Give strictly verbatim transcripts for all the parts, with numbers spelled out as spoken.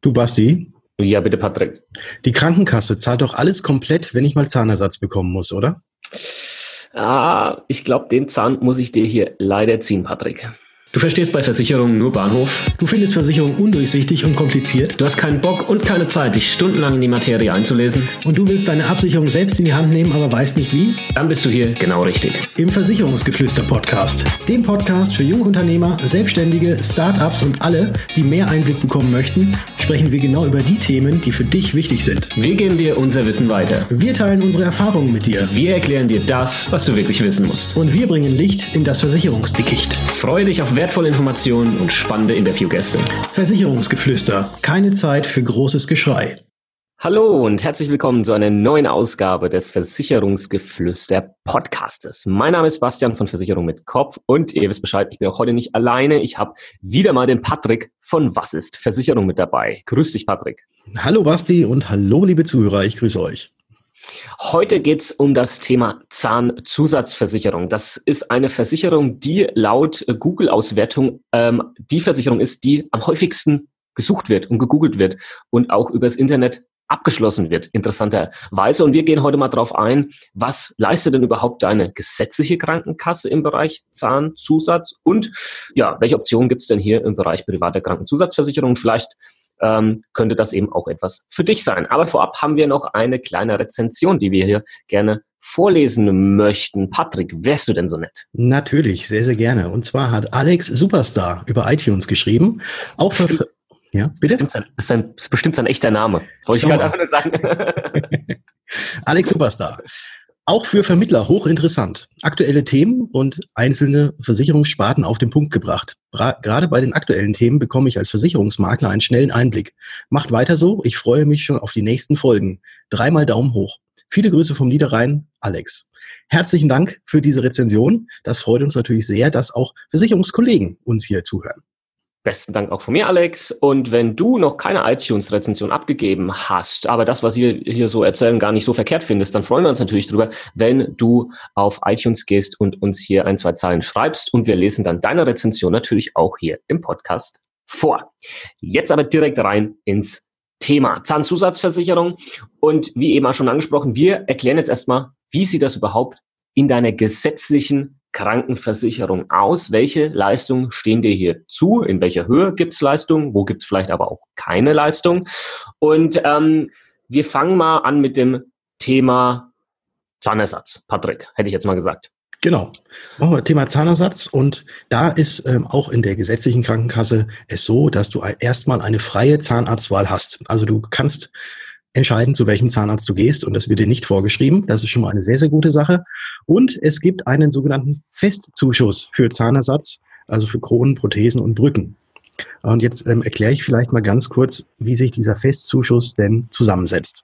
Du Basti, Ja, bitte, Patrick. die Krankenkasse zahlt doch alles komplett, wenn ich mal Zahnersatz bekommen muss, oder? Ah, ich glaube, den Zahn muss ich dir hier leider ziehen, Patrick. Du verstehst bei Versicherungen nur Bahnhof. Du findest Versicherung undurchsichtig und kompliziert Du hast keinen Bock und keine Zeit, dich stundenlang in die Materie einzulesen. und du willst deine Absicherung selbst in die Hand nehmen, aber weißt nicht wie? Dann bist du hier genau richtig. Im Versicherungsgeflüster-Podcast, dem Podcast für Jungunternehmer, Selbstständige, Start-ups und alle, die mehr Einblick bekommen möchten, sprechen wir genau über die Themen, die für dich wichtig sind. Wir geben dir unser Wissen weiter. Wir teilen unsere Erfahrungen mit dir Wir erklären dir das, was du wirklich wissen musst. und wir bringen Licht in das Versicherungsdickicht. Freue dich auf wertvolle Informationen und spannende Interviewgäste. Versicherungsgeflüster, keine Zeit für großes Geschrei. Hallo und herzlich willkommen zu einer neuen Ausgabe des Versicherungsgeflüster-Podcastes. Mein Name ist Bastian von Versicherung mit Kopf und ihr wisst Bescheid, ich bin auch heute nicht alleine. Ich habe wieder mal den Patrick von Was ist Versicherung mit dabei. Grüß dich, Patrick. Hallo Basti und hallo liebe Zuhörer, ich grüße euch. Heute geht's um das Thema Zahnzusatzversicherung. Das ist eine Versicherung, die laut Google-Auswertung ähm, die Versicherung ist, die am häufigsten gesucht wird und gegoogelt wird und auch übers Internet abgeschlossen wird, interessanterweise. Und wir gehen heute mal drauf ein, was leistet denn überhaupt deine gesetzliche Krankenkasse im Bereich Zahnzusatz und ja, welche Optionen gibt's denn hier im Bereich privater Krankenzusatzversicherung? Vielleicht ähm, könnte das eben auch etwas für dich sein. Aber vorab haben wir noch eine kleine Rezension, die wir hier gerne vorlesen möchten. Patrick, wärst du denn so nett? Natürlich, sehr, sehr gerne. Und zwar hat Alex Superstar über iTunes geschrieben. Auch für, ja, bitte? Bestimmt sein, das, ist ein, das ist bestimmt sein echter Name. Wollte ich gerade einfach nur sagen. Alex Superstar. Auch für Vermittler hochinteressant. Aktuelle Themen und einzelne Versicherungssparten auf den Punkt gebracht. Bra- Gerade bei den aktuellen Themen bekomme ich als Versicherungsmakler einen schnellen Einblick. Macht weiter so, ich freue mich schon auf die nächsten Folgen. Dreimal Daumen hoch. Viele Grüße vom Niederrhein, Alex. Herzlichen Dank für diese Rezension. Das freut uns natürlich sehr, dass auch Versicherungskollegen uns hier zuhören. Besten Dank auch von mir, Alex. Und wenn du noch keine iTunes-Rezension abgegeben hast, aber das, was wir hier so erzählen, gar nicht so verkehrt findest, dann freuen wir uns natürlich drüber, wenn du auf iTunes gehst und uns hier ein, zwei Zeilen schreibst und wir lesen dann deine Rezension natürlich auch hier im Podcast vor. Jetzt aber direkt rein ins Thema Zahnzusatzversicherung. Und wie eben auch schon angesprochen, wir erklären jetzt erstmal, wie sieht das überhaupt in deiner gesetzlichen Krankenversicherung aus? Welche Leistungen stehen dir hier zu? In welcher Höhe gibt's Leistungen? Wo gibt's vielleicht aber auch keine Leistung? Und ähm, wir fangen mal an mit dem Thema Zahnersatz. Patrick, hätte ich jetzt mal gesagt. Genau. Machen wir Thema Zahnersatz. Und da ist ähm, auch in der gesetzlichen Krankenkasse es so, dass du ein- erstmal eine freie Zahnarztwahl hast. Also du kannst entscheiden, zu welchem Zahnarzt du gehst und das wird dir nicht vorgeschrieben. Das ist schon mal eine sehr, sehr gute Sache. Und es gibt einen sogenannten Festzuschuss für Zahnersatz, also für Kronen, Prothesen und Brücken. Und jetzt ähm, erkläre ich vielleicht mal ganz kurz, wie sich dieser Festzuschuss denn zusammensetzt.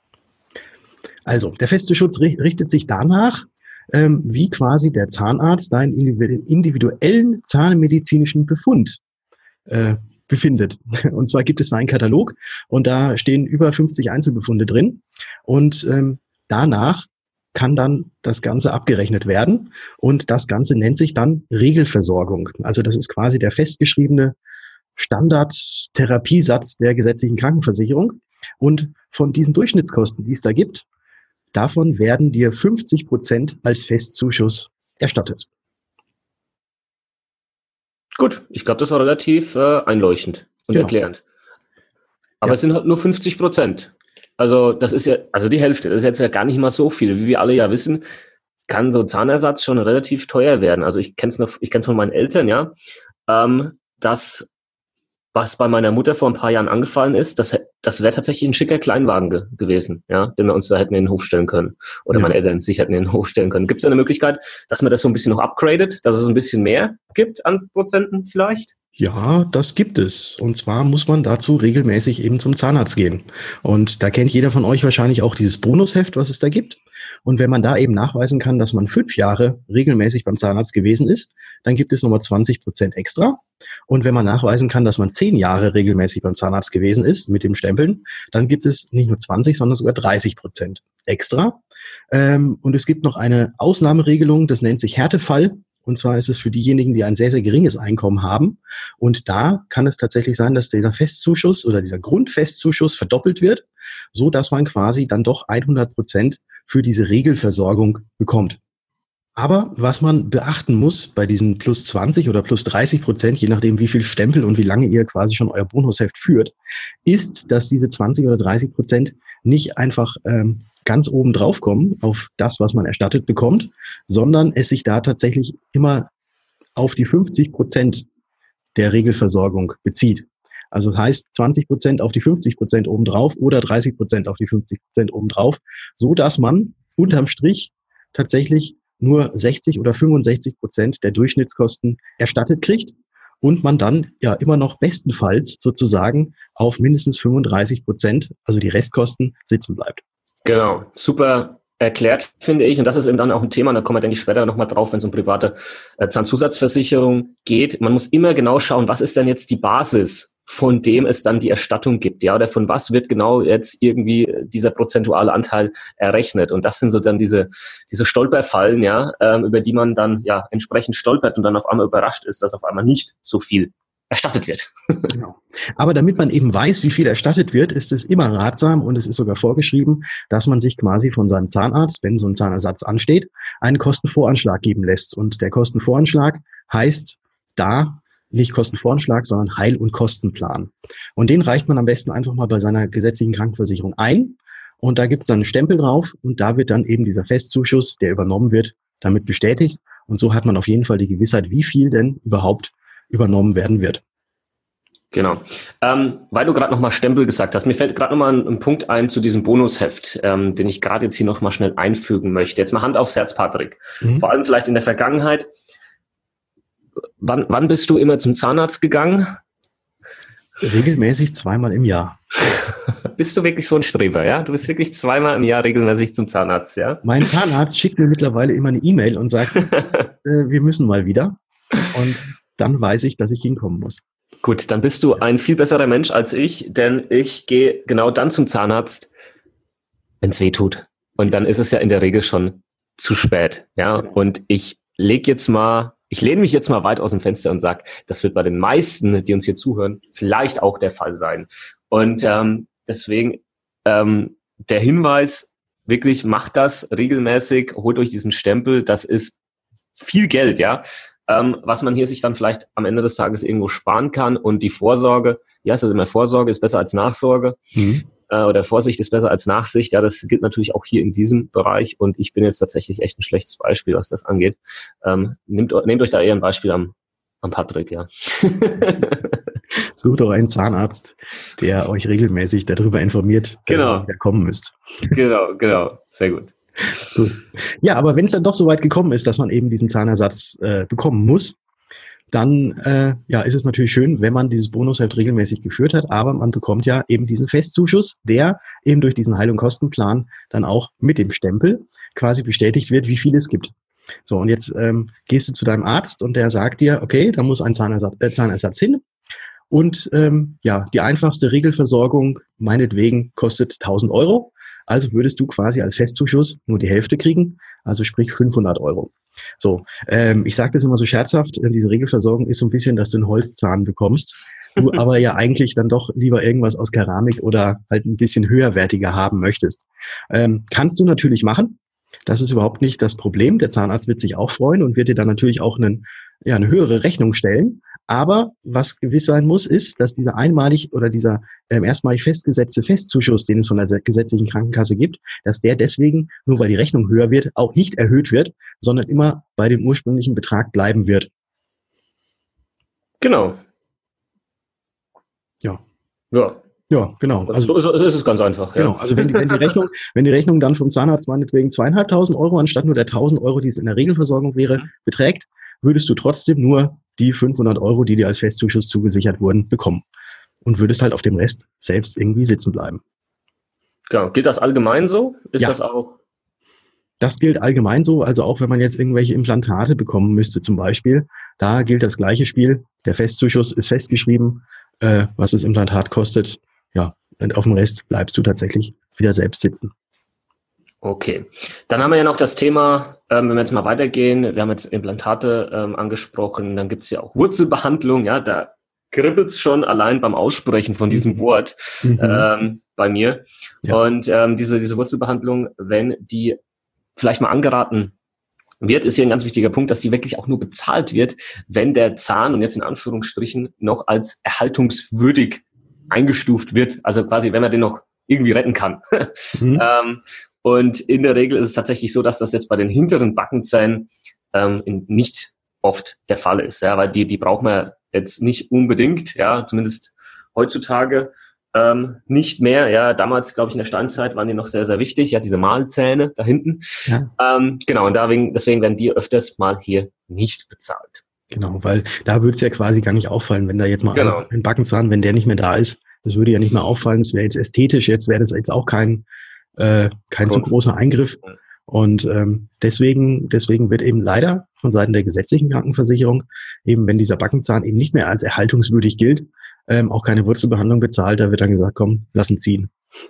Also, der Festzuschuss ri- richtet sich danach, ähm, wie quasi der Zahnarzt deinen individu- individuellen zahnmedizinischen Befund äh, befindet. Und zwar gibt es einen Katalog und da stehen über fünfzig Einzelbefunde drin und ähm, danach kann dann das Ganze abgerechnet werden und das Ganze nennt sich dann Regelversorgung. Also das ist quasi der festgeschriebene Standardtherapiesatz der gesetzlichen Krankenversicherung und von diesen Durchschnittskosten, die es da gibt, davon werden dir fünfzig Prozent als Festzuschuss erstattet. Gut, ich glaube, das war relativ äh, einleuchtend und Genau. erklärend. Aber Ja. es sind halt nur fünfzig Prozent. Also das ist ja, also die Hälfte, das ist jetzt ja gar nicht mal so viel. Wie wir alle ja wissen, kann so Zahnersatz schon relativ teuer werden. Also ich kenne es noch, ich kenne es von meinen Eltern, ja. Ähm, das, was bei meiner Mutter vor ein paar Jahren angefallen ist, das, das wäre tatsächlich ein schicker Kleinwagen ge gewesen, ja, den wir uns da hätten in den Hof stellen können. Oder Ja. meine Eltern sich hätten in den Hof stellen können. Gibt es da eine Möglichkeit, dass man das so ein bisschen noch upgradet, dass es ein bisschen mehr gibt an Prozenten vielleicht? Ja, das gibt es. Und zwar muss man dazu regelmäßig eben zum Zahnarzt gehen. Und da kennt jeder von euch wahrscheinlich auch dieses Bonusheft, was es da gibt. Und wenn man da eben nachweisen kann, dass man fünf Jahre regelmäßig beim Zahnarzt gewesen ist, dann gibt es nochmal zwanzig Prozent extra. Und wenn man nachweisen kann, dass man zehn Jahre regelmäßig beim Zahnarzt gewesen ist mit dem Stempeln, dann gibt es nicht nur zwanzig, sondern sogar dreißig Prozent extra. Ähm, und es gibt noch eine Ausnahmeregelung, das nennt sich Härtefall. Und zwar ist es für diejenigen, die ein sehr, sehr geringes Einkommen haben. Und da kann es tatsächlich sein, dass dieser Festzuschuss oder dieser Grundfestzuschuss verdoppelt wird, so dass man quasi dann doch hundert Prozent für diese Regelversorgung bekommt. Aber was man beachten muss bei diesen plus zwanzig oder plus dreißig Prozent, je nachdem wie viel Stempel und wie lange ihr quasi schon euer Bonusheft führt, ist, dass diese zwanzig oder dreißig Prozent nicht einfach ähm, ganz oben drauf kommen auf das, was man erstattet bekommt, sondern es sich da tatsächlich immer auf die fünfzig Prozent der Regelversorgung bezieht. Also das heißt zwanzig Prozent auf die fünfzig Prozent obendrauf oder dreißig Prozent auf die fünfzig Prozent obendrauf, so dass man unterm Strich tatsächlich nur sechzig oder fünfundsechzig Prozent der Durchschnittskosten erstattet kriegt und man dann ja immer noch bestenfalls sozusagen auf mindestens fünfunddreißig Prozent, also die Restkosten, sitzen bleibt. Genau, super erklärt, finde ich. Und das ist eben dann auch ein Thema, da kommen wir, denke ich, später nochmal drauf, wenn es um private äh, Zahnzusatzversicherung geht. Man muss immer genau schauen, was ist denn jetzt die Basis, von dem es dann die Erstattung gibt, ja, oder von was wird genau jetzt irgendwie dieser prozentuale Anteil errechnet. Und das sind so dann diese diese Stolperfallen, ja, ähm, über die man dann ja entsprechend stolpert und dann auf einmal überrascht ist, dass auf einmal nicht so viel erstattet wird. Genau. Aber damit man eben weiß, wie viel erstattet wird, ist es immer ratsam und es ist sogar vorgeschrieben, dass man sich quasi von seinem Zahnarzt, wenn so ein Zahnersatz ansteht, einen Kostenvoranschlag geben lässt. Und der Kostenvoranschlag heißt da nicht Kostenvoranschlag, sondern Heil- und Kostenplan. Und den reicht man am besten einfach mal bei seiner gesetzlichen Krankenversicherung ein. Und da gibt es dann einen Stempel drauf und da wird dann eben dieser Festzuschuss, der übernommen wird, damit bestätigt. Und so hat man auf jeden Fall die Gewissheit, wie viel denn überhaupt übernommen werden wird. Genau. Ähm, weil du gerade nochmal Stempel gesagt hast, mir fällt gerade nochmal ein, ein Punkt ein zu diesem Bonusheft, ähm, den ich gerade jetzt hier nochmal schnell einfügen möchte. Jetzt mal Hand aufs Herz, Patrick. Mhm. Vor allem vielleicht in der Vergangenheit. Wann, wann bist du immer zum Zahnarzt gegangen? Regelmäßig zweimal im Jahr. Bist du wirklich so ein Streber, ja? Du bist wirklich zweimal im Jahr regelmäßig zum Zahnarzt, ja? Mein Zahnarzt schickt mir mittlerweile immer eine E-Mail und sagt, äh, wir müssen mal wieder. Und dann weiß ich, dass ich hinkommen muss. Gut, dann bist du ein viel besserer Mensch als ich, denn ich gehe genau dann zum Zahnarzt, wenn es weh tut. Und dann ist es ja in der Regel schon zu spät, ja? Und ich lege jetzt mal Ich lehne mich jetzt mal weit aus dem Fenster und sage, das wird bei den meisten, die uns hier zuhören, vielleicht auch der Fall sein. Und ähm, deswegen ähm, der Hinweis, wirklich macht das regelmäßig, holt euch diesen Stempel, das ist viel Geld, ja, ähm, was man hier sich dann vielleicht am Ende des Tages irgendwo sparen kann. Und die Vorsorge, ja, ist das immer Vorsorge, ist besser als Nachsorge. Mhm. Oder Vorsicht ist besser als Nachsicht. Ja, das gilt natürlich auch hier in diesem Bereich. Und ich bin jetzt tatsächlich echt ein schlechtes Beispiel, was das angeht. Ähm, nehmt, nehmt euch da eher ein Beispiel am, am Patrick, ja. Sucht doch einen Zahnarzt, der euch regelmäßig darüber informiert, dass genau. ihr wieder kommen müsst. Genau, genau. Sehr gut. Gut. Ja, aber wenn es dann doch so weit gekommen ist, dass man eben diesen Zahnersatz äh, bekommen muss, dann äh, ja, ist es natürlich schön, wenn man dieses Bonusheft regelmäßig geführt hat, aber man bekommt ja eben diesen Festzuschuss, der eben durch diesen Heil- und Kostenplan dann auch mit dem Stempel quasi bestätigt wird, wie viel es gibt. So, und jetzt ähm, gehst du zu deinem Arzt und der sagt dir, okay, da muss ein Zahnersatz, äh, Zahnersatz hin und ähm, ja, die einfachste Regelversorgung meinetwegen kostet tausend Euro, also würdest du quasi als Festzuschuss nur die Hälfte kriegen, also sprich fünfhundert Euro. So, ähm, ich sage das immer so scherzhaft, diese Regelversorgung ist so ein bisschen, dass du einen Holzzahn bekommst, du aber ja eigentlich dann doch lieber irgendwas aus Keramik oder halt ein bisschen höherwertiger haben möchtest. Ähm, kannst du natürlich machen, das ist überhaupt nicht das Problem, der Zahnarzt wird sich auch freuen und wird dir dann natürlich auch einen, ja, eine höhere Rechnung stellen, aber was gewiss sein muss, ist, dass dieser einmalig oder dieser ähm, erstmalig festgesetzte Festzuschuss, den es von der gesetzlichen Krankenkasse gibt, dass der deswegen, nur weil die Rechnung höher wird, auch nicht erhöht wird, sondern immer bei dem ursprünglichen Betrag bleiben wird. Genau. Ja. Ja. Ja, genau. Also so ist, ist es ganz einfach. Genau. Ja. Also wenn die, wenn die Rechnung, wenn die Rechnung dann vom Zahnarzt meinetwegen zweieinhalbtausend Euro anstatt nur der tausend Euro, die es in der Regelversorgung wäre, mhm. beträgt, würdest du trotzdem nur die fünfhundert Euro, die dir als Festzuschuss zugesichert wurden, bekommen. Und würdest halt auf dem Rest selbst irgendwie sitzen bleiben. Genau. Gilt das allgemein so? Ist ja. das auch? Das gilt allgemein so, also auch wenn man jetzt irgendwelche Implantate bekommen müsste zum Beispiel, da gilt das gleiche Spiel. Der Festzuschuss ist festgeschrieben, äh, was das Implantat kostet. Ja, und auf dem Rest bleibst du tatsächlich wieder selbst sitzen. Okay, dann haben wir ja noch das Thema, ähm, wenn wir jetzt mal weitergehen, wir haben jetzt Implantate ähm, angesprochen, dann gibt es ja auch Wurzelbehandlung, ja, da kribbelt es schon allein beim Aussprechen von diesem mhm. Wort mhm. ähm, bei mir. Ja. Und ähm, diese, diese Wurzelbehandlung, wenn die vielleicht mal angeraten wird, ist hier ein ganz wichtiger Punkt, dass die wirklich auch nur bezahlt wird, wenn der Zahn, und jetzt in Anführungsstrichen, noch als erhaltungswürdig eingestuft wird. Also quasi, wenn man den noch irgendwie retten kann. Mhm. ähm, und in der Regel ist es tatsächlich so, dass das jetzt bei den hinteren Backenzähnen ähm, nicht oft der Fall ist, ja, weil die, die braucht man jetzt nicht unbedingt, ja, zumindest heutzutage ähm, nicht mehr. Ja, damals, glaube ich, in der Steinzeit waren die noch sehr, sehr wichtig, ja, diese Mahlzähne da hinten. Ja. Ähm, genau, und deswegen, deswegen werden die öfters mal hier nicht bezahlt. Genau, weil da würde es ja quasi gar nicht auffallen, wenn da jetzt mal genau. ein, ein Backenzahn, wenn der nicht mehr da ist, das würde ja nicht mehr auffallen, das wäre jetzt ästhetisch, jetzt wäre das jetzt auch kein Äh, kein Grund. zu großer Eingriff. Und ähm, deswegen, deswegen wird eben leider von Seiten der gesetzlichen Krankenversicherung, eben wenn dieser Backenzahn eben nicht mehr als erhaltungswürdig gilt, ähm, auch keine Wurzelbehandlung bezahlt. Da wird dann gesagt, komm, lass ihn ziehen.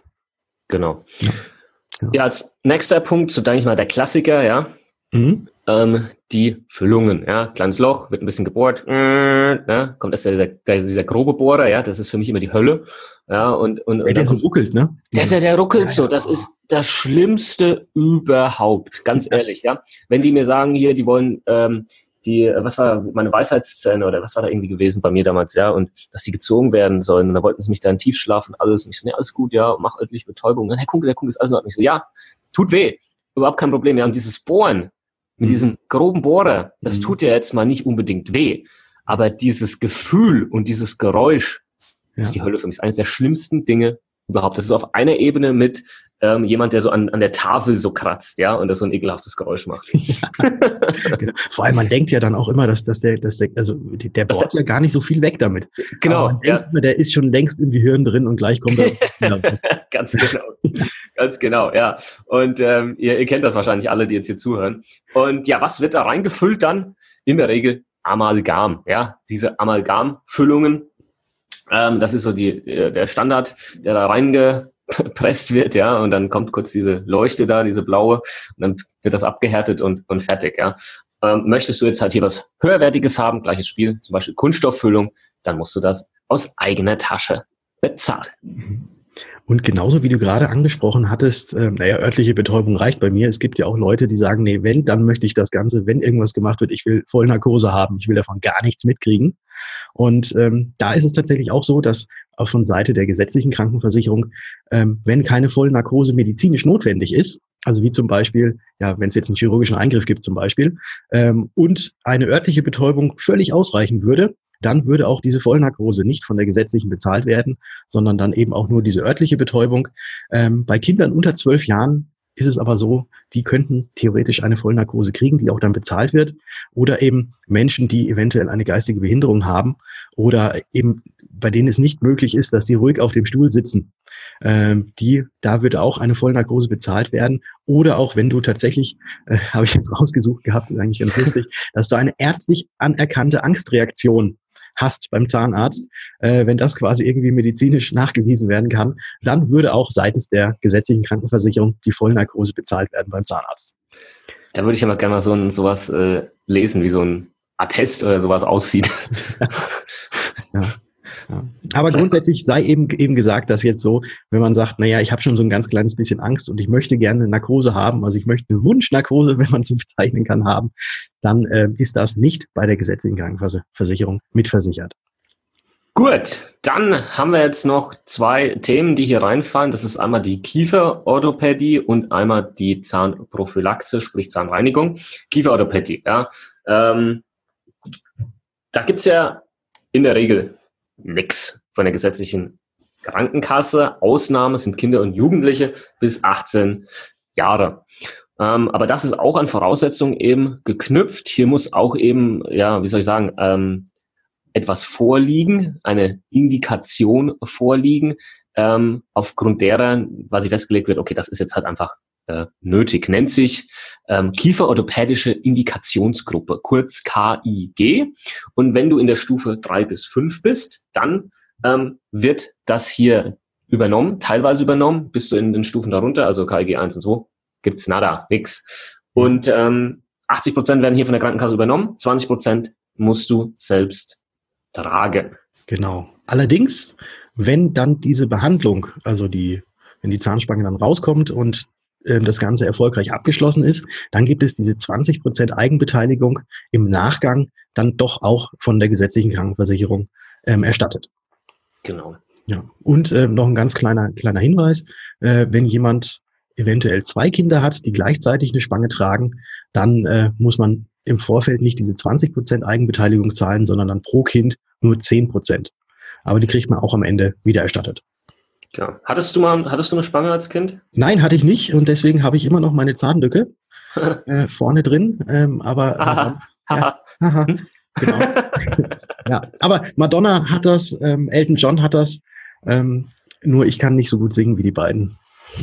Genau. Ja, ja. ja als nächster Punkt, so denke ich mal, der Klassiker, ja, mhm. ähm, die Füllungen, ja, kleines Loch, wird ein bisschen gebohrt, äh, ja, kommt erst dieser, dieser grobe Bohrer, ja, das ist für mich immer die Hölle, ja, und, und, ja, und der so ruckelt, ne? Der, der, der ruckelt ja, so, das ja. ist das Schlimmste überhaupt, ganz ja. ehrlich, ja. Wenn die mir sagen, hier, die wollen, ähm, die, was war meine Weisheitszähne oder was war da irgendwie gewesen bei mir damals, ja, und dass die gezogen werden sollen, und da wollten sie mich da in Tiefschlaf und alles, und ich so, ne, alles gut, ja, mach örtliche Betäubung, und dann, Herr Kunkel, der Kunkel ist alles in Ordnung, ich so, ja, tut weh, überhaupt kein Problem, ja, und dieses Bohren, mit mhm. diesem groben Bohrer, das mhm. tut ja jetzt mal nicht unbedingt weh, aber dieses Gefühl und dieses Geräusch, das ja. ist die Hölle für mich, ist eines der schlimmsten Dinge überhaupt. Das ist auf einer Ebene mit ähm, jemand, der so an, an der Tafel so kratzt, ja, und das so ein ekelhaftes Geräusch macht. Ja. Genau. Vor allem, man denkt ja dann auch immer, dass, dass der, dass der, also der bohrt ja gar nicht so viel weg damit. Genau. Aber man ja. denkt immer, der ist schon längst im Gehirn drin und gleich kommt er. Ganz genau. Ganz genau, ja. Und ähm, ihr, ihr kennt das wahrscheinlich alle, die jetzt hier zuhören. Und ja, was wird da reingefüllt dann? In der Regel Amalgam, ja, diese Amalgamfüllungen. Ähm, das ist so die, der Standard, der da reingepresst wird, ja, und dann kommt kurz diese Leuchte da, diese blaue, und dann wird das abgehärtet und, und fertig, ja. Ähm, möchtest du jetzt halt hier was Höherwertiges haben, gleiches Spiel, zum Beispiel Kunststofffüllung, dann musst du das aus eigener Tasche bezahlen. Und genauso wie du gerade angesprochen hattest, äh, naja, örtliche Betäubung reicht bei mir. Es gibt ja auch Leute, die sagen, nee, wenn, dann möchte ich das Ganze, wenn irgendwas gemacht wird, ich will Vollnarkose haben, ich will davon gar nichts mitkriegen. Und ähm, da ist es tatsächlich auch so, dass auch von Seite der gesetzlichen Krankenversicherung, ähm, wenn keine Vollnarkose medizinisch notwendig ist, also wie zum Beispiel, ja, wenn es jetzt einen chirurgischen Eingriff gibt zum Beispiel, ähm, und eine örtliche Betäubung völlig ausreichen würde, dann würde auch diese Vollnarkose nicht von der gesetzlichen bezahlt werden, sondern dann eben auch nur diese örtliche Betäubung. Ähm, bei Kindern unter zwölf Jahren ist es aber so, die könnten theoretisch eine Vollnarkose kriegen, die auch dann bezahlt wird. Oder eben Menschen, die eventuell eine geistige Behinderung haben oder eben bei denen es nicht möglich ist, dass die ruhig auf dem Stuhl sitzen. Ähm, die, da würde auch eine Vollnarkose bezahlt werden. Oder auch wenn du tatsächlich, äh, habe ich jetzt rausgesucht gehabt, ist eigentlich ganz lustig, dass du eine ärztlich anerkannte Angstreaktion hast beim Zahnarzt, äh, wenn das quasi irgendwie medizinisch nachgewiesen werden kann, dann würde auch seitens der gesetzlichen Krankenversicherung die Vollnarkose bezahlt werden beim Zahnarzt. Da würde ich aber gerne mal so ein, sowas äh, lesen, wie so ein Attest oder sowas aussieht. Ja. Ja. Aber grundsätzlich sei eben eben gesagt, dass jetzt so, wenn man sagt, naja, ich habe schon so ein ganz kleines bisschen Angst und ich möchte gerne eine Narkose haben, also ich möchte eine Wunschnarkose, wenn man so bezeichnen kann, haben, dann äh, ist das nicht bei der gesetzlichen Krankenversicherung mitversichert. Gut, dann haben wir jetzt noch zwei Themen, die hier reinfallen. Das ist einmal die Kieferorthopädie und einmal die Zahnprophylaxe, sprich Zahnreinigung. Kieferorthopädie, ja. Ähm, da gibt's ja in der Regel nix von der gesetzlichen Krankenkasse. Ausnahme sind Kinder und Jugendliche bis achtzehn Jahre. Ähm, aber das ist auch an Voraussetzungen eben geknüpft. Hier muss auch eben, ja, wie soll ich sagen, ähm, etwas vorliegen, eine Indikation vorliegen, ähm, aufgrund derer quasi festgelegt wird, okay, das ist jetzt halt einfach äh, nötig. Nennt sich ähm, Kieferorthopädische Indikationsgruppe, kurz K I G. Und wenn du in der Stufe drei bis fünf bist, dann ähm, wird das hier übernommen, teilweise übernommen, bist du in den Stufen darunter, also K I G eins und zwei, gibt's nada, nix. Und ähm, achtzig Prozent werden hier von der Krankenkasse übernommen, zwanzig Prozent musst du selbst tragen. Genau. Allerdings, wenn dann diese Behandlung, also die, wenn die Zahnspange dann rauskommt und äh, das Ganze erfolgreich abgeschlossen ist, dann gibt es diese zwanzig Prozent Eigenbeteiligung im Nachgang dann doch auch von der gesetzlichen Krankenversicherung ähm, erstattet. Genau. Ja. Und äh, noch ein ganz kleiner, kleiner Hinweis, äh, wenn jemand eventuell zwei Kinder hat, die gleichzeitig eine Spange tragen, dann äh, muss man im Vorfeld nicht diese zwanzig Prozent Eigenbeteiligung zahlen, sondern dann pro Kind nur zehn Prozent. Aber die kriegt man auch am Ende wieder erstattet. Ja. Hattest du mal, hattest du eine Spange als Kind? Nein, hatte ich nicht und deswegen habe ich immer noch meine Zahnlücke äh, vorne drin. Ähm, aber Aha. äh, ja, haha, genau. Ja, aber Madonna hat das, ähm, Elton John hat das. Ähm, nur ich kann nicht so gut singen wie die beiden.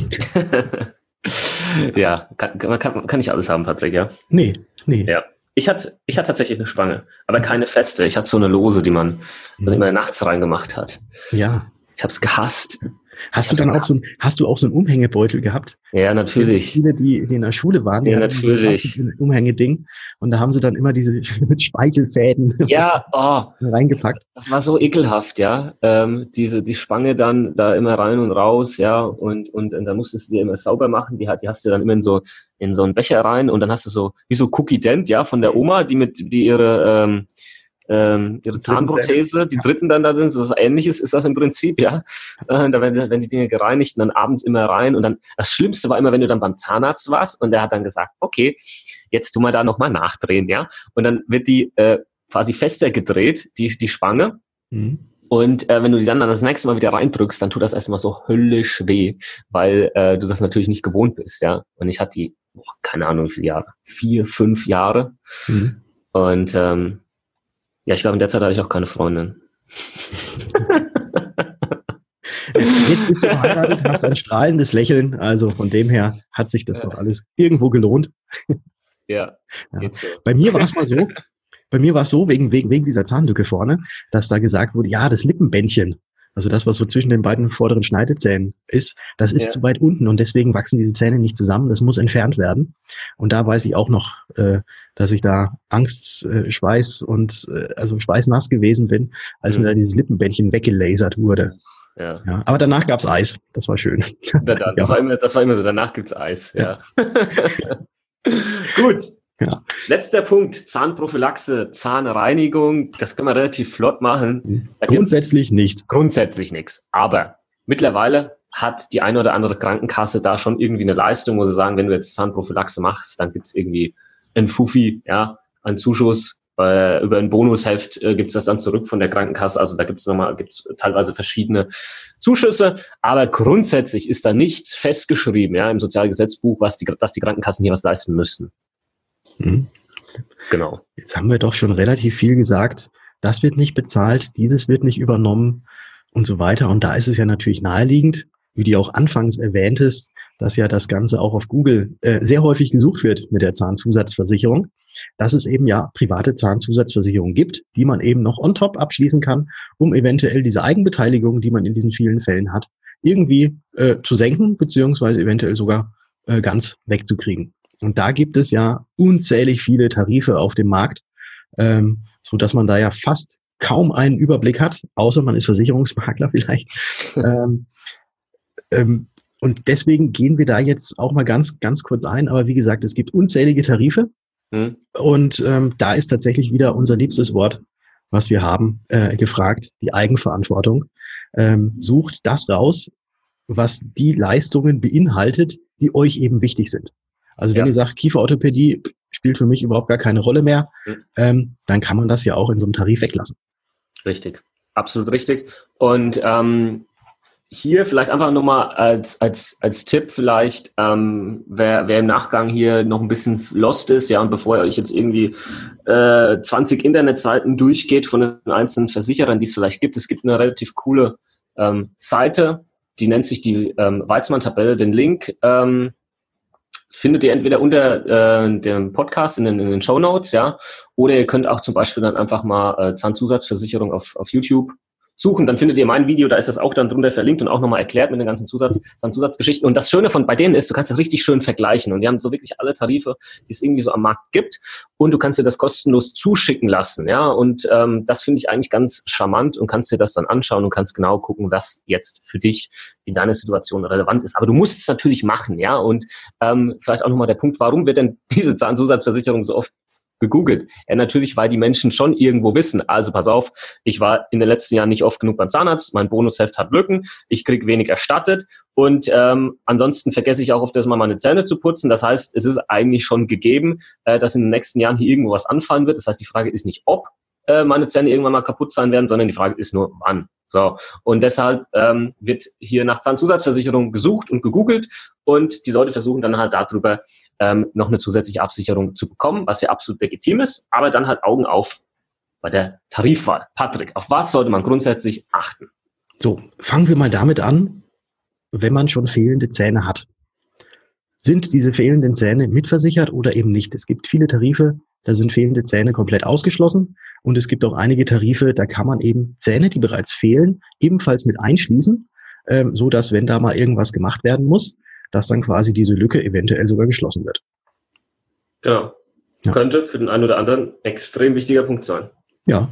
Ja, kann, man kann, kann nicht alles haben, Patrick, ja? Nee, nee. Ja. Ich hatte, ich hatte tatsächlich eine Spange, aber keine feste. Ich hatte so eine lose, die man Mhm. mhm. immer nachts reingemacht hat. Ja. Ich habe es gehasst. Hast Ich du dann hab's auch so, ein- hast du auch so einen Umhängebeutel gehabt? Ja, Es natürlich. viele, die, die in der Schule waren, die Ja, hatten so ein natürlich. Plastik- Umhängeding und da haben sie dann immer diese Speichelfäden Ja, oh, reingepackt. das war so ekelhaft, ja. Ähm, diese, die Spange dann da immer rein und raus, ja, und, und, und dann musstest du die immer sauber machen. Die, hat, die hast du dann immer in so, in so einen Becher rein und dann hast du so, wie so Cookie Dent, ja, von der Oma, die mit, die ihre, ähm, ähm, ihre Zahnprothese, die dritten dann da sind, so ähnliches ist das im Prinzip, ja. Äh, da werden, werden die Dinge gereinigt und dann abends immer rein und dann, das Schlimmste war immer, wenn du dann beim Zahnarzt warst und der hat dann gesagt, okay, jetzt tu mal da nochmal nachdrehen, ja. Und dann wird die äh, quasi fester gedreht, die, die Spange. Mhm. Und äh, wenn du die dann, dann das nächste Mal wieder reindrückst, dann tut das erstmal so höllisch weh, weil äh, du das natürlich nicht gewohnt bist, ja. Und ich hatte die, boah, keine Ahnung wie viele Jahre, vier, fünf Jahre. Mhm. Und ähm, ja, ich glaube, in der Zeit hatte ich auch keine Freundin. Jetzt bist du verheiratet, hast ein strahlendes Lächeln, also von dem her hat sich das Ja. doch alles irgendwo gelohnt. Ja, Ja. geht so. Bei mir war es mal so, bei mir war es so, wegen, wegen, wegen dieser Zahnlücke vorne, dass da gesagt wurde, ja, das Lippenbändchen, also das, was so zwischen den beiden vorderen Schneidezähnen ist, das ist Ja. zu weit unten und deswegen wachsen diese Zähne nicht zusammen, das muss entfernt werden. Und da weiß ich auch noch, äh, dass ich da Angst, äh, Schweiß und, äh, also schweißnass gewesen bin, als Mhm. mir da dieses Lippenbändchen weggelasert wurde. Ja. Ja, aber danach gab's Eis, das war schön. Na dann, das, Ja. war immer, das war immer so, danach gibt's Eis. Ja. Gut. Ja. Letzter Punkt, Zahnprophylaxe, Zahnreinigung, das kann man relativ flott machen. Da gibt's Grundsätzlich nicht. grundsätzlich nichts. Aber mittlerweile hat die eine oder andere Krankenkasse da schon irgendwie eine Leistung, wo sie sagen, wenn du jetzt Zahnprophylaxe machst, dann gibt's irgendwie ein Fuffi, ja, einen Zuschuss. Äh, über ein Bonusheft äh, gibt's das dann zurück von der Krankenkasse. Also da gibt's nochmal, gibt's teilweise verschiedene Zuschüsse. Aber grundsätzlich ist da nichts festgeschrieben, ja, im Sozialgesetzbuch, was die, dass die Krankenkassen hier was leisten müssen. Mhm. Genau. Jetzt haben wir doch schon relativ viel gesagt. Das wird nicht bezahlt, dieses wird nicht übernommen und so weiter. Und da ist es ja natürlich naheliegend, wie du auch anfangs erwähntest, dass ja das Ganze auch auf Google äh, sehr häufig gesucht wird mit der Zahnzusatzversicherung, dass es eben ja private Zahnzusatzversicherungen gibt, die man eben noch on top abschließen kann, um eventuell diese Eigenbeteiligung, die man in diesen vielen Fällen hat, irgendwie äh, zu senken, beziehungsweise eventuell sogar äh, ganz wegzukriegen. Und da gibt es ja unzählig viele Tarife auf dem Markt, ähm, so dass man da ja fast kaum einen Überblick hat, außer man ist Versicherungsmakler vielleicht. ähm, ähm, und deswegen gehen wir da jetzt auch mal ganz, ganz kurz ein. Aber wie gesagt, es gibt unzählige Tarife Hm? und ähm, da ist tatsächlich wieder unser liebstes Wort, was wir haben, äh, gefragt, die Eigenverantwortung. Ähm, sucht das raus, was die Leistungen beinhaltet, die euch eben wichtig sind. Also wenn Ja. ihr sagt, Kieferorthopädie spielt für mich überhaupt gar keine Rolle mehr, Hm. ähm, dann kann man das ja auch in so einem Tarif weglassen. Richtig, absolut richtig. Und ähm, hier vielleicht einfach nochmal als, als, als Tipp vielleicht, ähm, wer, wer im Nachgang hier noch ein bisschen lost ist, ja, und bevor ihr euch jetzt irgendwie äh, zwanzig Internetseiten durchgeht von den einzelnen Versicherern, die es vielleicht gibt, es gibt eine relativ coole ähm, Seite, die nennt sich die ähm, Weizmann-Tabelle. Den Link ähm, findet ihr entweder unter äh, dem Podcast in den, in den Shownotes, ja, oder ihr könnt auch zum Beispiel dann einfach mal äh, Zahnzusatzversicherung auf, auf YouTube suchen, dann findet ihr mein Video, da ist das auch dann drunter verlinkt und auch nochmal erklärt mit den ganzen Zusatz, Zusatzgeschichten. Und das Schöne von bei denen ist, du kannst das richtig schön vergleichen. Und die haben so wirklich alle Tarife, die es irgendwie so am Markt gibt. Und du kannst dir das kostenlos zuschicken lassen. Ja, und ähm, das finde ich eigentlich ganz charmant und kannst dir das dann anschauen und kannst genau gucken, was jetzt für dich in deiner Situation relevant ist. Aber du musst es natürlich machen, ja. Und ähm, vielleicht auch nochmal der Punkt, warum wird denn diese Zahnzusatzversicherung so oft gegoogelt? Ja, natürlich, weil die Menschen schon irgendwo wissen, also pass auf, ich war in den letzten Jahren nicht oft genug beim Zahnarzt, mein Bonusheft hat Lücken, ich kriege wenig erstattet und ähm, ansonsten vergesse ich auch oft, mal meine Zähne zu putzen. Das heißt, es ist eigentlich schon gegeben, äh, dass in den nächsten Jahren hier irgendwo was anfallen wird. Das heißt, die Frage ist nicht, ob äh, meine Zähne irgendwann mal kaputt sein werden, sondern die Frage ist nur, wann. So, und deshalb ähm, wird hier nach Zahnzusatzversicherung gesucht und gegoogelt und die Leute versuchen dann halt darüber ähm, noch eine zusätzliche Absicherung zu bekommen, was ja absolut legitim ist, aber dann halt Augen auf bei der Tarifwahl. Patrick, auf was sollte man grundsätzlich achten? So, fangen wir mal damit an, wenn man schon fehlende Zähne hat. Sind diese fehlenden Zähne mitversichert oder eben nicht? Es gibt viele Tarife, da sind fehlende Zähne komplett ausgeschlossen. Und es gibt auch einige Tarife, da kann man eben Zähne, die bereits fehlen, ebenfalls mit einschließen, ähm, so dass, wenn da mal irgendwas gemacht werden muss, dass dann quasi diese Lücke eventuell sogar geschlossen wird. Genau. Ja. Könnte für den einen oder anderen extrem wichtiger Punkt sein. Ja.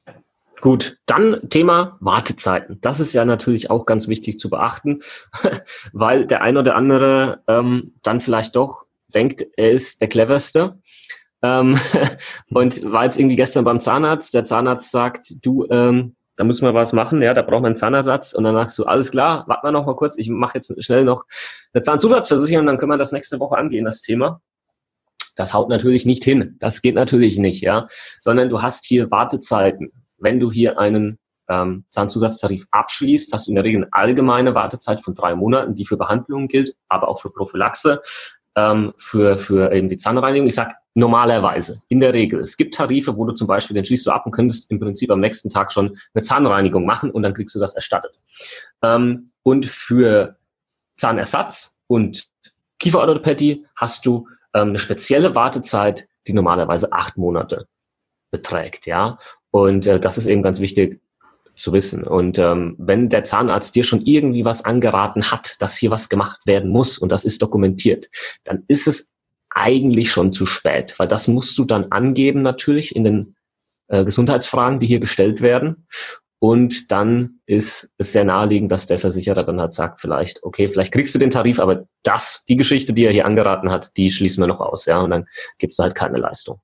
Gut, dann Thema Wartezeiten. Das ist ja natürlich auch ganz wichtig zu beachten, weil der ein oder andere ähm, dann vielleicht doch denkt, er ist der Cleverste. Ähm, und war jetzt irgendwie gestern beim Zahnarzt, der Zahnarzt sagt, du, ähm, da müssen wir was machen, ja, da braucht man einen Zahnersatz und dann sagst du, alles klar, warte mal noch mal kurz, ich mache jetzt schnell noch eine Zahnzusatzversicherung, dann können wir das nächste Woche angehen, das Thema. Das haut natürlich nicht hin, das geht natürlich nicht, ja, sondern du hast hier Wartezeiten. Wenn du hier einen ähm, Zahnzusatztarif abschließt, hast du in der Regel eine allgemeine Wartezeit von drei Monaten, die für Behandlungen gilt, aber auch für Prophylaxe, ähm, für, für eben die Zahnreinigung. Ich sag normalerweise, in der Regel. Es gibt Tarife, wo du zum Beispiel, den schließt du ab und könntest im Prinzip am nächsten Tag schon eine Zahnreinigung machen und dann kriegst du das erstattet. Ähm, und für Zahnersatz und Kieferorthopädie hast du ähm, eine spezielle Wartezeit, die normalerweise acht Monate beträgt, ja. Und äh, das ist eben ganz wichtig zu wissen. Und ähm, wenn der Zahnarzt dir schon irgendwie was angeraten hat, dass hier was gemacht werden muss und das ist dokumentiert, dann ist es eigentlich schon zu spät, weil das musst du dann angeben natürlich in den äh, Gesundheitsfragen, die hier gestellt werden. Und dann ist es sehr naheliegend, dass der Versicherer dann halt sagt, vielleicht, okay, vielleicht kriegst du den Tarif, aber das, die Geschichte, die er hier angeraten hat, die schließen wir noch aus, ja, und dann gibt es halt keine Leistung.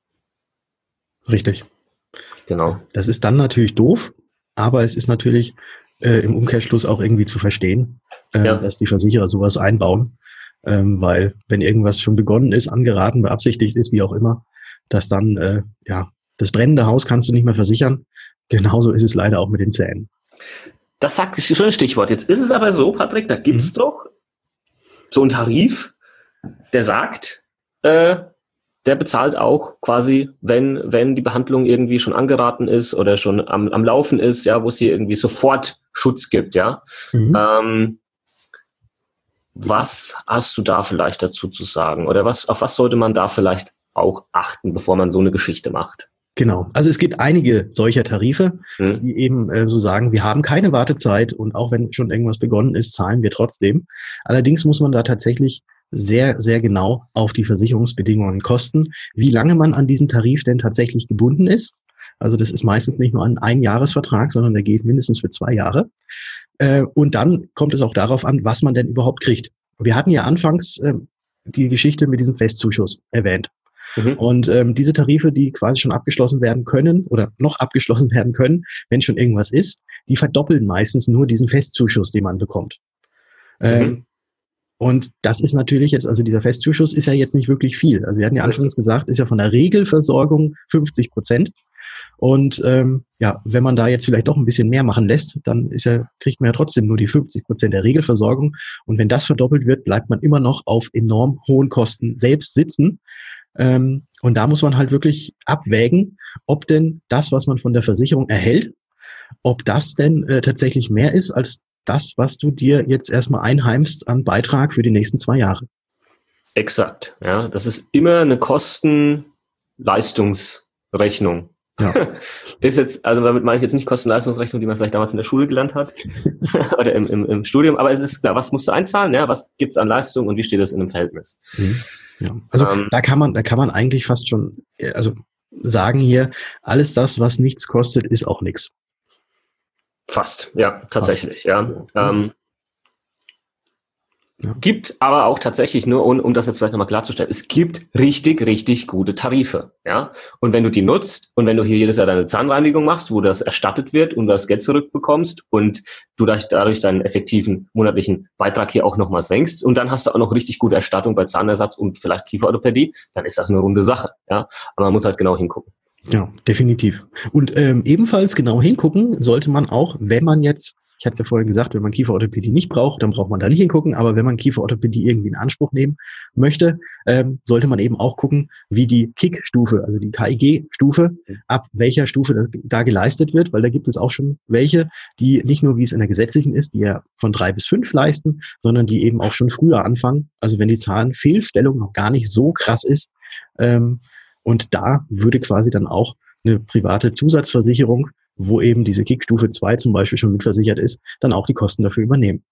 Richtig. Genau. Das ist dann natürlich doof, aber es ist natürlich äh, im Umkehrschluss auch irgendwie zu verstehen, äh, ja. dass die Versicherer sowas einbauen, ähm, weil wenn irgendwas schon begonnen ist, angeraten, beabsichtigt ist, wie auch immer, dass dann, äh, ja, das brennende Haus kannst du nicht mehr versichern. Genauso ist es leider auch mit den Zähnen. Das sagt ein schönes Stichwort. Jetzt ist es aber so, Patrick, da gibt es mhm. doch so einen Tarif, der sagt, äh, der bezahlt auch quasi, wenn wenn die Behandlung irgendwie schon angeraten ist oder schon am, am Laufen ist, ja, wo es hier irgendwie sofort Schutz gibt, ja. Mhm. Ähm, was hast du da vielleicht dazu zu sagen? Oder was auf was sollte man da vielleicht auch achten, bevor man so eine Geschichte macht? Genau. Also es gibt einige solcher Tarife, mhm. die eben äh, so sagen, wir haben keine Wartezeit und auch wenn schon irgendwas begonnen ist, zahlen wir trotzdem. Allerdings muss man da tatsächlich sehr, sehr genau auf die Versicherungsbedingungen kosten, wie lange man an diesen Tarif denn tatsächlich gebunden ist. Also das ist meistens nicht nur ein Einjahresvertrag, sondern der geht mindestens für zwei Jahre. Äh, und dann kommt es auch darauf an, was man denn überhaupt kriegt. Wir hatten ja anfangs äh, die Geschichte mit diesem Festzuschuss erwähnt. Mhm. Und ähm, diese Tarife, die quasi schon abgeschlossen werden können oder noch abgeschlossen werden können, wenn schon irgendwas ist, die verdoppeln meistens nur diesen Festzuschuss, den man bekommt. Mhm. Ähm, und das ist natürlich jetzt, also dieser Festzuschuss ist ja jetzt nicht wirklich viel. Also wir hatten ja anfangs gesagt, ist ja von der Regelversorgung fünfzig Prozent. Und ähm, ja, wenn man da jetzt vielleicht doch ein bisschen mehr machen lässt, dann ist ja, kriegt man ja trotzdem nur die fünfzig Prozent der Regelversorgung. Und wenn das verdoppelt wird, bleibt man immer noch auf enorm hohen Kosten selbst sitzen. Ähm, und da muss man halt wirklich abwägen, ob denn das, was man von der Versicherung erhält, ob das denn äh, tatsächlich mehr ist als das, was du dir jetzt erstmal einheimst an Beitrag für die nächsten zwei Jahre. Exakt, ja. Das ist immer eine Kosten-Leistungsrechnung. Ja. Ist jetzt, also damit meine ich jetzt nicht Kosten-Leistungsrechnung, die man vielleicht damals in der Schule gelernt hat oder im, im, im Studium, aber es ist klar, was musst du einzahlen, ja, was gibt's an Leistung und wie steht das in einem Verhältnis? Mhm. Ja. Also Ähm, da kann man, da kann man eigentlich fast schon, also sagen hier, alles das, was nichts kostet, ist auch nichts. Fast, ja, tatsächlich, ja. Ja. Ähm, Ja. Gibt aber auch tatsächlich nur, um, um das jetzt vielleicht nochmal klarzustellen, es gibt richtig, richtig gute Tarife, ja. Und wenn du die nutzt und wenn du hier jedes Jahr deine Zahnreinigung machst, wo das erstattet wird und du das Geld zurückbekommst und du dadurch deinen effektiven monatlichen Beitrag hier auch nochmal senkst und dann hast du auch noch richtig gute Erstattung bei Zahnersatz und vielleicht Kieferorthopädie, dann ist das eine runde Sache, ja. Aber man muss halt genau hingucken. Ja, definitiv. Und ähm, ebenfalls genau hingucken sollte man auch, wenn man jetzt, ich hatte es ja vorhin gesagt, wenn man Kieferorthopädie nicht braucht, dann braucht man da nicht hingucken, aber wenn man Kieferorthopädie irgendwie in Anspruch nehmen möchte, ähm, sollte man eben auch gucken, wie die K I G-Stufe, also die K I G-Stufe, ab welcher Stufe das da geleistet wird, weil da gibt es auch schon welche, die nicht nur, wie es in der gesetzlichen ist, die ja von drei bis fünf leisten, sondern die eben auch schon früher anfangen, also wenn die Zahnfehlstellung noch gar nicht so krass ist, ähm, und da würde quasi dann auch eine private Zusatzversicherung, wo eben diese K I G-Stufe zwei zum Beispiel schon mitversichert ist, dann auch die Kosten dafür übernehmen.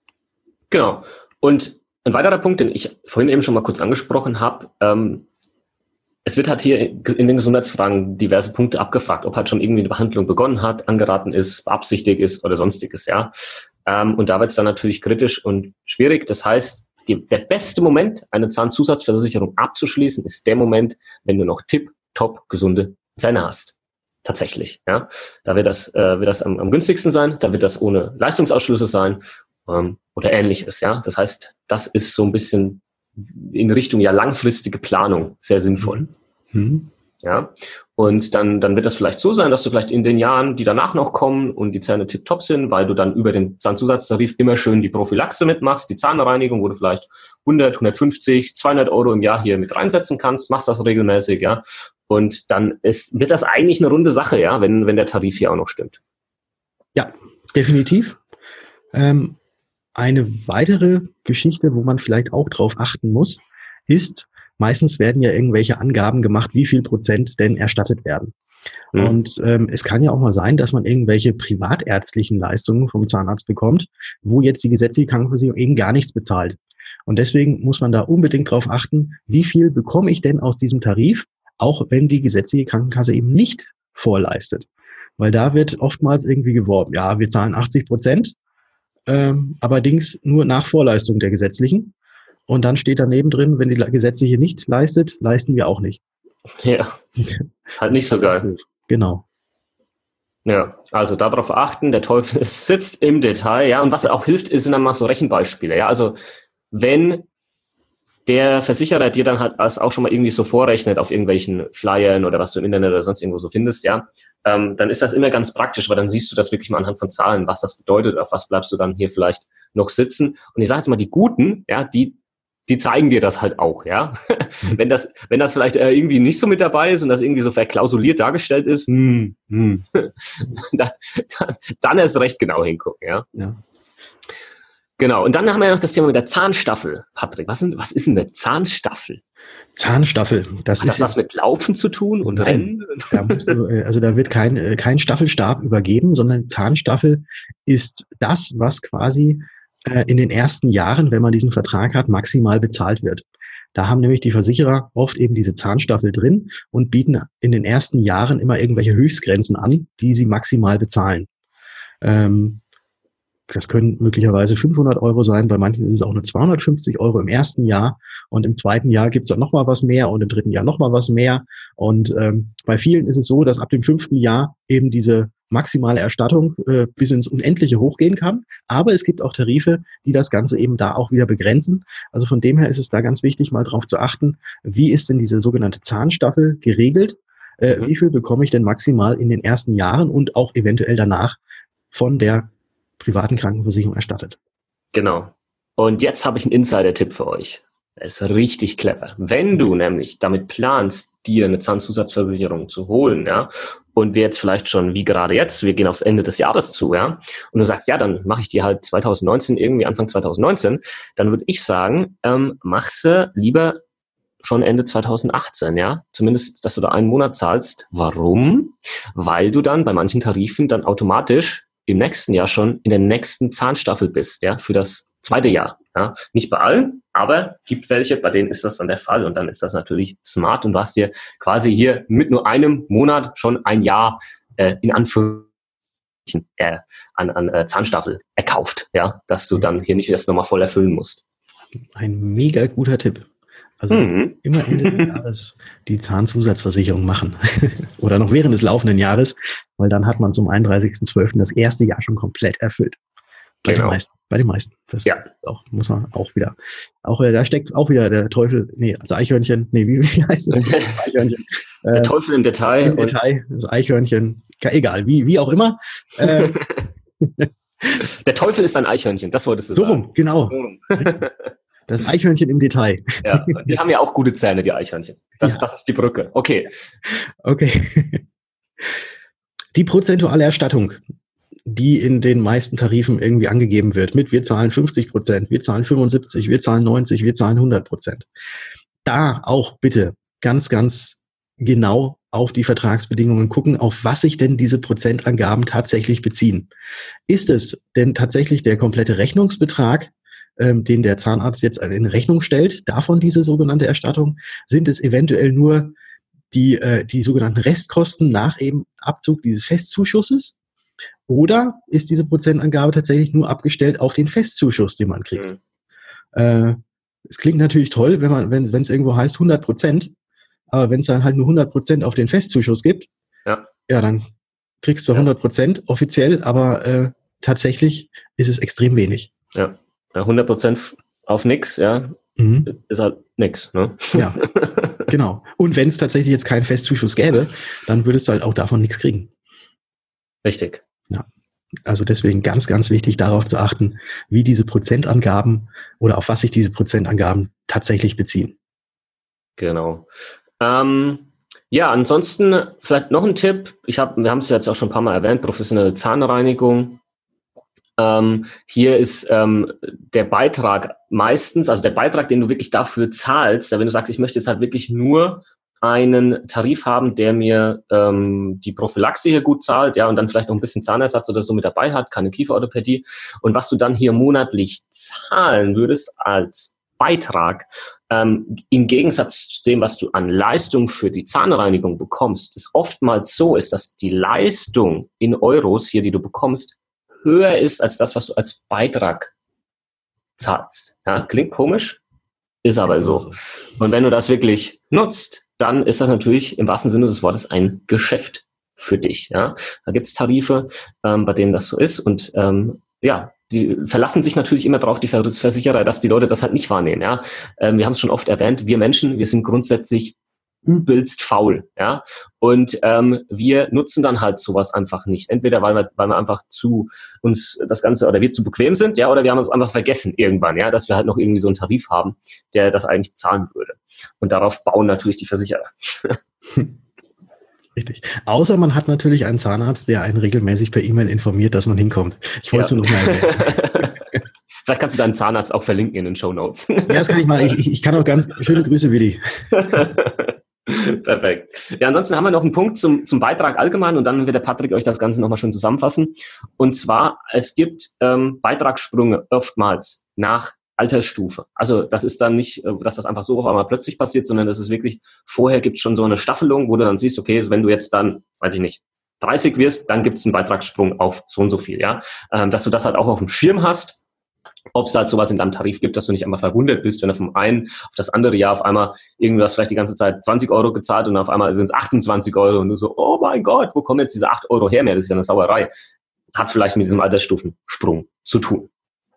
Genau. Und ein weiterer Punkt, den ich vorhin eben schon mal kurz angesprochen habe, ähm, es wird halt hier in den Gesundheitsfragen diverse Punkte abgefragt, ob halt schon irgendwie eine Behandlung begonnen hat, angeraten ist, beabsichtigt ist oder sonstiges, ja. Ähm, und da wird es dann natürlich kritisch und schwierig. Das heißt, die, der beste Moment, eine Zahnzusatzversicherung abzuschließen, ist der Moment, wenn du noch tipptopp gesunde Zähne hast. Tatsächlich, ja. Da wird das, äh, wird das am, am günstigsten sein, da wird das ohne Leistungsausschlüsse sein ähm, oder ähnliches, ja. Das heißt, das ist so ein bisschen in Richtung ja langfristige Planung sehr sinnvoll. Mhm. Ja. Und dann, dann wird das vielleicht so sein, dass du vielleicht in den Jahren, die danach noch kommen und die Zähne tipptopp sind, weil du dann über den Zahnzusatztarif immer schön die Prophylaxe mitmachst, die Zahnreinigung, wo du vielleicht hundert, hundertfünfzig, zweihundert Euro im Jahr hier mit reinsetzen kannst, machst das regelmäßig, ja. Und dann ist, wird das eigentlich eine runde Sache, ja, wenn, wenn der Tarif hier auch noch stimmt. Ja, definitiv. Ähm, eine weitere Geschichte, wo man vielleicht auch drauf achten muss, ist, meistens werden ja irgendwelche Angaben gemacht, wie viel Prozent denn erstattet werden. Mhm. Und ähm, es kann ja auch mal sein, dass man irgendwelche privatärztlichen Leistungen vom Zahnarzt bekommt, wo jetzt die gesetzliche Krankenversicherung eben gar nichts bezahlt. Und deswegen muss man da unbedingt drauf achten, wie viel bekomme ich denn aus diesem Tarif, auch wenn die gesetzliche Krankenkasse eben nicht vorleistet. Weil da wird oftmals irgendwie geworben, ja, wir zahlen achtzig Prozent, ähm, allerdings nur nach Vorleistung der gesetzlichen. Und dann steht daneben drin, wenn die gesetzliche nicht leistet, leisten wir auch nicht. Ja, halt nicht so geil. Genau. Ja, also darauf achten, der Teufel sitzt im Detail, ja, und was auch hilft, ist dann mal so Rechenbeispiele, ja, also wenn der Versicherer dir dann halt als auch schon mal irgendwie so vorrechnet auf irgendwelchen Flyern oder was du im Internet oder sonst irgendwo so findest, ja, ähm, dann ist das immer ganz praktisch, weil dann siehst du das wirklich mal anhand von Zahlen, was das bedeutet, auf was bleibst du dann hier vielleicht noch sitzen. Und ich sage jetzt mal, die Guten, ja, die die zeigen dir das halt auch, ja. wenn das, wenn das vielleicht äh, irgendwie nicht so mit dabei ist und das irgendwie so verklausuliert dargestellt ist, hm, hm, dann, dann, dann erst recht genau hingucken, ja. Ja. Genau. Und dann haben wir ja noch das Thema mit der Zahnstaffel. Patrick, was, sind, was ist denn eine Zahnstaffel? Zahnstaffel, das Hat ist das was mit Laufen zu tun und Nein. Rennen? Da musst du, also da wird kein, kein Staffelstab übergeben, sondern Zahnstaffel ist das, was quasi äh, in den ersten Jahren, wenn man diesen Vertrag hat, maximal bezahlt wird. Da haben nämlich die Versicherer oft eben diese Zahnstaffel drin und bieten in den ersten Jahren immer irgendwelche Höchstgrenzen an, die sie maximal bezahlen. Ähm, Das können möglicherweise fünfhundert Euro sein, bei manchen ist es auch nur zweihundertfünfzig Euro im ersten Jahr und im zweiten Jahr gibt es dann nochmal was mehr und im dritten Jahr nochmal was mehr. Und ähm, bei vielen ist es so, dass ab dem fünften Jahr eben diese maximale Erstattung äh, bis ins Unendliche hochgehen kann. Aber es gibt auch Tarife, die das Ganze eben da auch wieder begrenzen. Also von dem her ist es da ganz wichtig, mal drauf zu achten, wie ist denn diese sogenannte Zahnstaffel geregelt? Äh, mhm. Wie viel bekomme ich denn maximal in den ersten Jahren und auch eventuell danach von der privaten Krankenversicherung erstattet. Genau. Und jetzt habe ich einen Insider-Tipp für euch. Der ist richtig clever. Wenn du nämlich damit planst, dir eine Zahnzusatzversicherung zu holen, ja, und wir jetzt vielleicht schon, wie gerade jetzt, wir gehen aufs Ende des Jahres zu, ja, und du sagst, ja, dann mache ich die halt zwanzig neunzehn, irgendwie Anfang zwanzig neunzehn, dann würde ich sagen, ähm, mach sie lieber schon Ende zweitausendachtzehn, ja. Zumindest, dass du da einen Monat zahlst. Warum? Weil du dann bei manchen Tarifen dann automatisch im nächsten Jahr schon in der nächsten Zahnstaffel bist, ja, für das zweite Jahr. Ja. Nicht bei allen, aber gibt welche, bei denen ist das dann der Fall und dann ist das natürlich smart und du hast dir quasi hier mit nur einem Monat schon ein Jahr äh, in Anführungszeichen äh, an, an äh, Zahnstaffel erkauft, ja, dass du dann hier nicht erst nochmal voll erfüllen musst. Ein mega guter Tipp. Also mhm. immer Ende des Jahres die Zahnzusatzversicherung machen oder noch während des laufenden Jahres, weil dann hat man zum einunddreißigsten zwölften das erste Jahr schon komplett erfüllt. Bei genau. den meisten. Bei den meisten. Das ja. auch, muss man auch wieder. Auch äh, da steckt auch wieder der Teufel. Nee, das Eichhörnchen. Nee, wie, wie heißt das? Eichhörnchen. Der äh, Teufel im Detail. Im Detail. Das Eichhörnchen. Egal, wie, wie auch immer. Äh, der Teufel ist ein Eichhörnchen. Das wolltest du so sagen. Rum, genau. So rum. Das Eichhörnchen im Detail. Ja, die haben ja auch gute Zähne, die Eichhörnchen. Das, ja. das ist die Brücke. Okay. Okay. Die prozentuale Erstattung, die in den meisten Tarifen irgendwie angegeben wird, mit wir zahlen fünfzig Prozent, wir zahlen fünfundsiebzig, wir zahlen neunzig, wir zahlen hundert Prozent. Da auch bitte ganz, ganz genau auf die Vertragsbedingungen gucken, auf was sich denn diese Prozentangaben tatsächlich beziehen. Ist es denn tatsächlich der komplette Rechnungsbetrag, ähm, den der Zahnarzt jetzt in Rechnung stellt, davon diese sogenannte Erstattung? Sind es eventuell nur die, äh, die sogenannten Restkosten nach eben Abzug dieses Festzuschusses? Oder ist diese Prozentangabe tatsächlich nur abgestellt auf den Festzuschuss, den man kriegt? Mhm. Äh, es klingt natürlich toll, wenn man, wenn wenn es irgendwo heißt hundert Prozent, aber wenn es dann halt nur hundert Prozent auf den Festzuschuss gibt, ja, ja dann kriegst du ja. hundert Prozent offiziell, aber äh, tatsächlich ist es extrem wenig. Ja, ja hundert Prozent auf nix, ja, mhm. ist halt nix, ne? Ja, genau. Und wenn es tatsächlich jetzt keinen Festzuschuss gäbe, dann würdest du halt auch davon nichts kriegen. Richtig. Ja, also deswegen ganz, ganz wichtig, darauf zu achten, wie diese Prozentangaben oder auf was sich diese Prozentangaben tatsächlich beziehen. Genau. Ähm, ja, ansonsten vielleicht noch ein Tipp. Ich hab, wir haben es jetzt auch schon ein paar Mal erwähnt, professionelle Zahnreinigung. Ähm, hier ist ähm, der Beitrag meistens, also der Beitrag, den du wirklich dafür zahlst, wenn du sagst, ich möchte jetzt halt wirklich nur einen Tarif haben, der mir ähm, die Prophylaxe hier gut zahlt, ja, und dann vielleicht noch ein bisschen Zahnersatz oder so mit dabei hat, keine Kieferorthopädie. Und was du dann hier monatlich zahlen würdest als Beitrag, ähm, im Gegensatz zu dem, was du an Leistung für die Zahnreinigung bekommst, ist oftmals so ist, dass die Leistung in Euros hier, die du bekommst, höher ist als das, was du als Beitrag zahlst. Ja, klingt komisch, ist aber ist so. so. Und wenn du das wirklich nutzt, dann ist das natürlich im wahrsten Sinne des Wortes ein Geschäft für dich. Ja, da gibt's Tarife, ähm, bei denen das so ist. Und ähm, ja, die verlassen sich natürlich immer darauf, die Versicherer, dass die Leute das halt nicht wahrnehmen. Ja, ähm, wir haben es schon oft erwähnt, wir Menschen, wir sind grundsätzlich übelst faul. Ja, und ähm, wir nutzen dann halt sowas einfach nicht. Entweder weil wir, weil wir einfach zu uns das Ganze oder wir zu bequem sind, ja, oder wir haben uns einfach vergessen irgendwann, ja, dass wir halt noch irgendwie so einen Tarif haben, der das eigentlich bezahlen würde. Und darauf bauen natürlich die Versicherer. Richtig. Außer man hat natürlich einen Zahnarzt, der einen regelmäßig per E-Mail informiert, dass man hinkommt. Ich wollte es ja. nur noch mal erwähnen. Vielleicht kannst du deinen Zahnarzt auch verlinken in den Shownotes. Ja, das kann ich mal. Ich, ich, ich kann auch ganz schöne Grüße, Willi. Perfekt. Ja, ansonsten haben wir noch einen Punkt zum, zum Beitrag allgemein und dann wird der Patrick euch das Ganze nochmal schön zusammenfassen. Und zwar, es gibt ähm, Beitragssprünge oftmals nach Altersstufe. Also das ist dann nicht, dass das einfach so auf einmal plötzlich passiert, sondern das ist wirklich, vorher gibt es schon so eine Staffelung, wo du dann siehst, okay, wenn du jetzt dann, weiß ich nicht, dreißig wirst, dann gibt es einen Beitragssprung auf so und so viel, ja. Ähm, dass du das halt auch auf dem Schirm hast, ob es halt sowas in deinem Tarif gibt, dass du nicht einmal verwundert bist, wenn du vom einen auf das andere Jahr auf einmal irgendwas vielleicht die ganze Zeit zwanzig Euro gezahlt und auf einmal sind es achtundzwanzig Euro und du so, oh mein Gott, wo kommen jetzt diese acht Euro her mehr? Das ist ja eine Sauerei. Hat vielleicht mit diesem Altersstufensprung zu tun.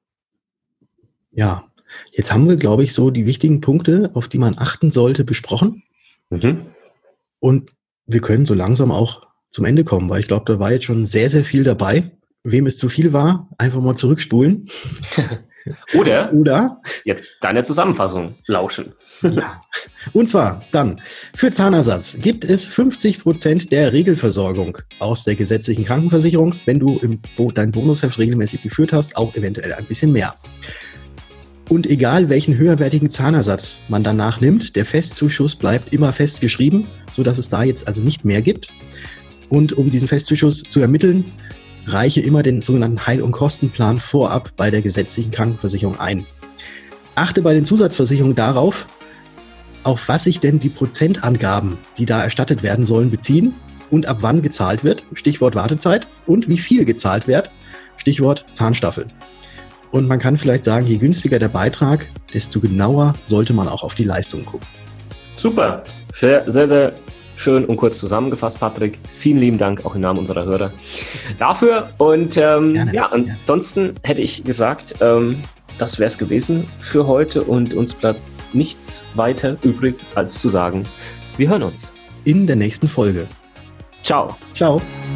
Ja, jetzt haben wir, glaube ich, so die wichtigen Punkte, auf die man achten sollte, besprochen. Mhm. Und wir können so langsam auch zum Ende kommen, weil ich glaube, da war jetzt schon sehr, sehr viel dabei. Wem es zu viel war, einfach mal zurückspulen. Oder, Oder jetzt deine Zusammenfassung lauschen. Ja. Und zwar dann, für Zahnersatz gibt es fünfzig Prozent der Regelversorgung aus der gesetzlichen Krankenversicherung, wenn du im Bo- dein Bonusheft regelmäßig geführt hast, auch eventuell ein bisschen mehr. Und egal welchen höherwertigen Zahnersatz man danach nimmt, der Festzuschuss bleibt immer fest geschrieben, sodass es da jetzt also nicht mehr gibt. Und um diesen Festzuschuss zu ermitteln, reiche immer den sogenannten Heil- und Kostenplan vorab bei der gesetzlichen Krankenversicherung ein. Achte bei den Zusatzversicherungen darauf, auf was sich denn die Prozentangaben, die da erstattet werden sollen, beziehen und ab wann gezahlt wird, Stichwort Wartezeit, und wie viel gezahlt wird, Stichwort Zahnstaffel. Und man kann vielleicht sagen, je günstiger der Beitrag, desto genauer sollte man auch auf die Leistung gucken. Super, sehr, sehr, sehr schön und kurz zusammengefasst, Patrick. Vielen lieben Dank auch im Namen unserer Hörer dafür. Und ähm, Gerne, ja, ansonsten gerne. Hätte ich gesagt, ähm, das wäre es gewesen für heute und uns bleibt nichts weiter übrig, als zu sagen, wir hören uns. In der nächsten Folge. Ciao. Ciao.